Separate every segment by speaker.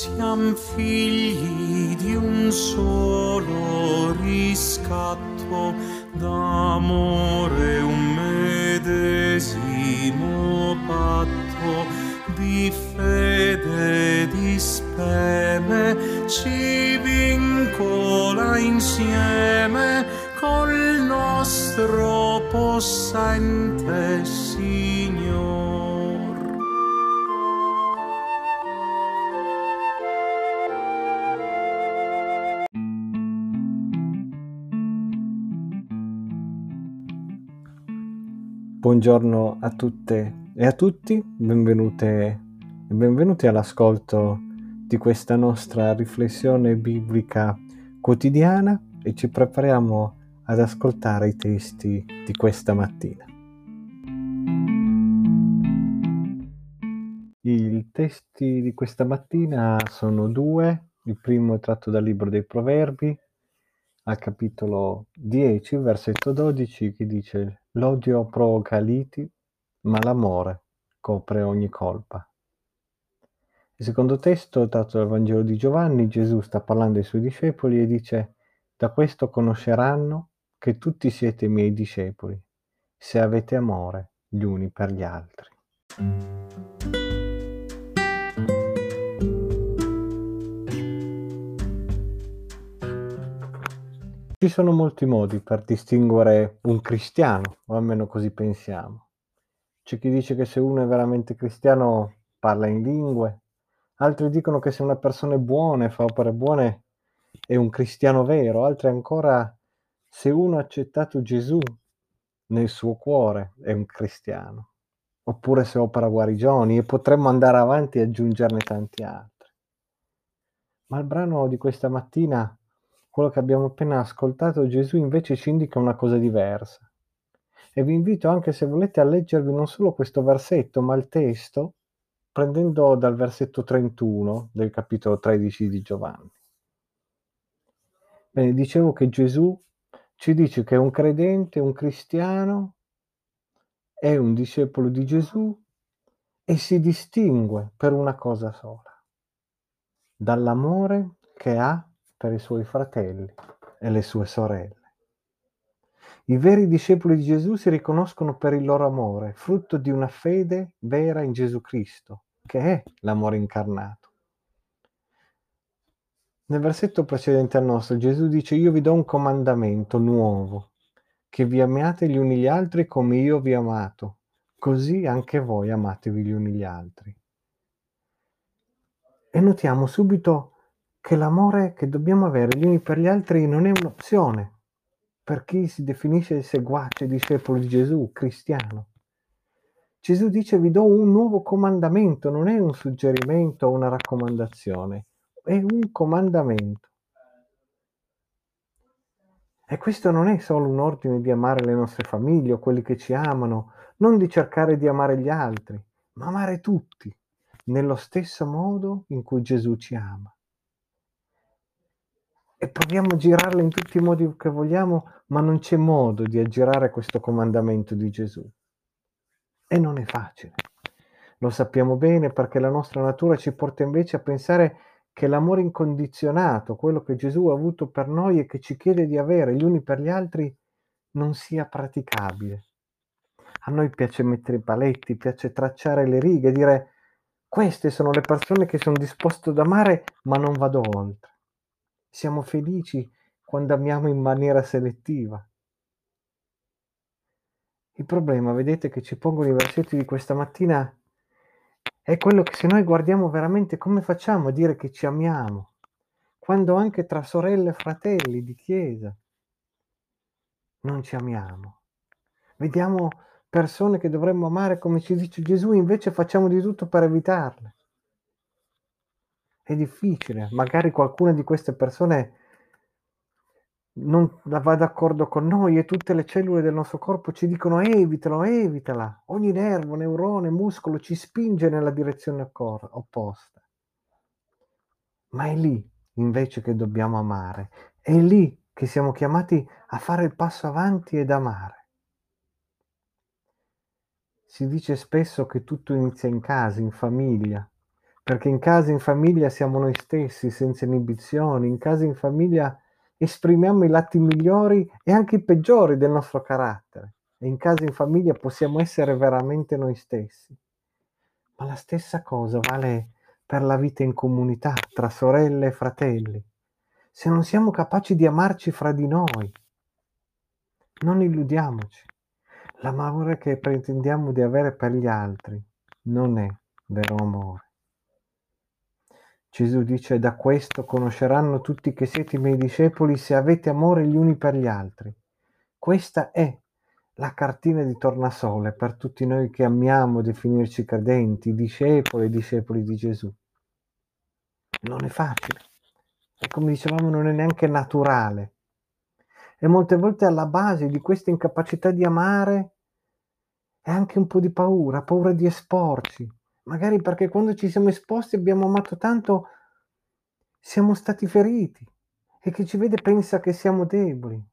Speaker 1: Siam figli di un solo riscatto, d'amore un medesimo patto, di fede, di speme, ci vincola insieme col nostro possente Signor.
Speaker 2: Buongiorno a tutte e a tutti, benvenute e benvenuti all'ascolto di questa nostra riflessione biblica quotidiana e ci prepariamo ad ascoltare i testi di questa mattina. I testi di questa mattina sono due, il primo è tratto dal libro dei Proverbi, al capitolo 10, versetto 12, che dice: «L'odio provoca liti, ma l'amore copre ogni colpa». Il secondo testo, tratto dal Vangelo di Giovanni, Gesù sta parlando ai suoi discepoli e dice: «Da questo conosceranno che tutti siete miei discepoli, se avete amore gli uni per gli altri». Ci sono molti modi per distinguere un cristiano, o almeno così pensiamo. C'è chi dice che se uno è veramente cristiano parla in lingue, altri dicono che se una persona è buona e fa opere buone è un cristiano vero, altri ancora se uno ha accettato Gesù nel suo cuore è un cristiano, oppure se opera guarigioni, e potremmo andare avanti e aggiungerne tanti altri. Ma il brano di questa mattina, quello che abbiamo appena ascoltato, Gesù invece ci indica una cosa diversa. E vi invito anche, se volete, a leggervi non solo questo versetto, ma il testo, prendendo dal versetto 31 del capitolo 13 di Giovanni. Bene, dicevo che Gesù ci dice che un credente, un cristiano, è un discepolo di Gesù e si distingue per una cosa sola: dall'amore che ha per i suoi fratelli e le sue sorelle. I veri discepoli di Gesù si riconoscono per il loro amore, frutto di una fede vera in Gesù Cristo, che è l'amore incarnato. Nel versetto precedente al nostro, Gesù dice: «Io vi do un comandamento nuovo, che vi amiate gli uni gli altri come io vi ho amato, così anche voi amatevi gli uni gli altri». E notiamo subito che l'amore che dobbiamo avere gli uni per gli altri non è un'opzione per chi si definisce seguace, discepolo di Gesù, cristiano. Gesù dice: «Vi do un nuovo comandamento», non è un suggerimento o una raccomandazione, è un comandamento. E questo non è solo un ordine di amare le nostre famiglie o quelli che ci amano, non di cercare di amare gli altri, ma amare tutti, nello stesso modo in cui Gesù ci ama. E proviamo a girarlo in tutti i modi che vogliamo, ma non c'è modo di aggirare questo comandamento di Gesù. E non è facile. Lo sappiamo bene, perché la nostra natura ci porta invece a pensare che l'amore incondizionato, quello che Gesù ha avuto per noi e che ci chiede di avere gli uni per gli altri, non sia praticabile. A noi piace mettere i paletti, piace tracciare le righe, dire: queste sono le persone che sono disposto ad amare, ma non vado oltre. Siamo felici quando amiamo in maniera selettiva. Il problema, vedete, che ci pongono i versetti di questa mattina è quello che, se noi guardiamo veramente come facciamo a dire che ci amiamo, quando anche tra sorelle e fratelli di chiesa non ci amiamo. Vediamo persone che dovremmo amare come ci dice Gesù, invece facciamo di tutto per evitarle. È difficile, magari qualcuna di queste persone non va d'accordo con noi e tutte le cellule del nostro corpo ci dicono: evitalo, evitala. Ogni nervo, neurone, muscolo ci spinge nella direzione opposta. Ma è lì invece che dobbiamo amare, è lì che siamo chiamati a fare il passo avanti ed amare. Si dice spesso che tutto inizia in casa, in famiglia, perché in casa, in famiglia siamo noi stessi, senza inibizioni, in casa, in famiglia esprimiamo i lati migliori e anche i peggiori del nostro carattere, e in casa, in famiglia possiamo essere veramente noi stessi. Ma la stessa cosa vale per la vita in comunità, tra sorelle e fratelli. Se non siamo capaci di amarci fra di noi, non illudiamoci. L'amore che pretendiamo di avere per gli altri non è vero amore. Gesù dice: da questo conosceranno tutti che siete i miei discepoli, se avete amore gli uni per gli altri. Questa è la cartina di tornasole per tutti noi che amiamo definirci credenti, discepoli e discepoli di Gesù. Non è facile. E come dicevamo, non è neanche naturale. E molte volte alla base di questa incapacità di amare è anche un po' di paura di esporci. Magari perché quando ci siamo esposti abbiamo amato tanto, siamo stati feriti e chi ci vede pensa che siamo deboli.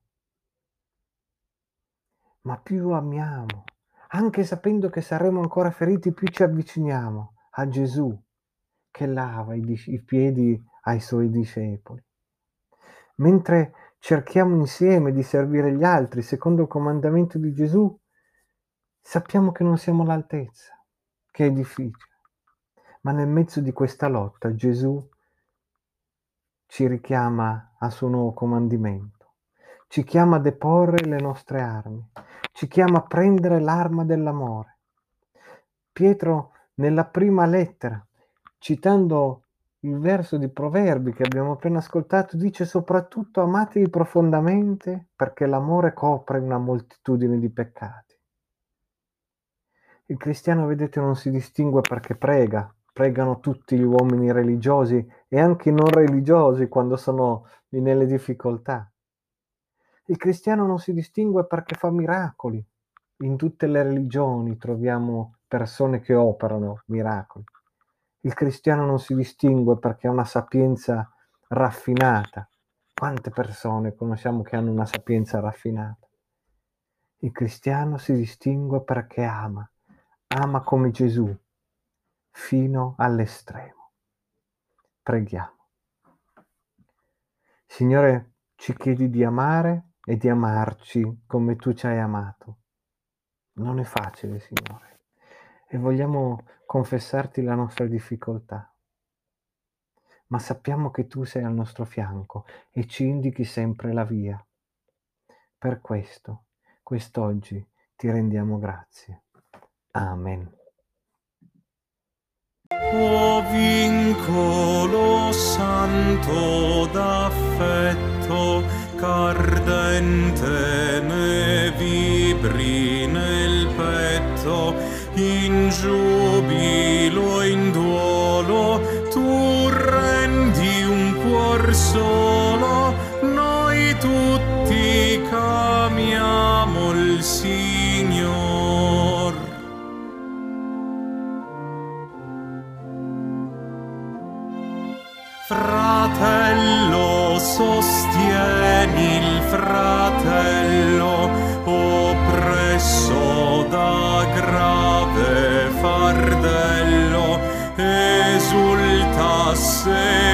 Speaker 2: Ma più amiamo, anche sapendo che saremo ancora feriti, più ci avviciniamo a Gesù che lava i piedi ai suoi discepoli. Mentre cerchiamo insieme di servire gli altri secondo il comandamento di Gesù, sappiamo che non siamo all'altezza, che è difficile. Ma nel mezzo di questa lotta Gesù ci richiama al suo nuovo comandamento, ci chiama a deporre le nostre armi, ci chiama a prendere l'arma dell'amore. Pietro nella prima lettera, citando il verso di Proverbi che abbiamo appena ascoltato, dice: soprattutto amatevi profondamente, perché l'amore copre una moltitudine di peccati. Il cristiano, vedete, non si distingue perché pregano tutti gli uomini religiosi e anche i non religiosi quando sono nelle difficoltà. Il cristiano non si distingue perché fa miracoli. In tutte le religioni troviamo persone che operano miracoli. Il cristiano non si distingue perché ha una sapienza raffinata. Quante persone conosciamo che hanno una sapienza raffinata? Il cristiano si distingue perché ama come Gesù, fino all'estremo. Preghiamo. Signore, ci chiedi di amare e di amarci come tu ci hai amato. Non è facile, Signore, e vogliamo confessarti la nostra difficoltà, ma sappiamo che tu sei al nostro fianco e ci indichi sempre la via. Per questo, quest'oggi ti rendiamo grazie. Amen.
Speaker 1: O vincolo santo d'affetto, c'ardente ne vibri nel petto, in giubilo, in duolo, tu rendi un cuor solo, noi tutti chiamiamo il Signor. Fratello, sostieni il fratello, oppresso da grave fardello, esulta se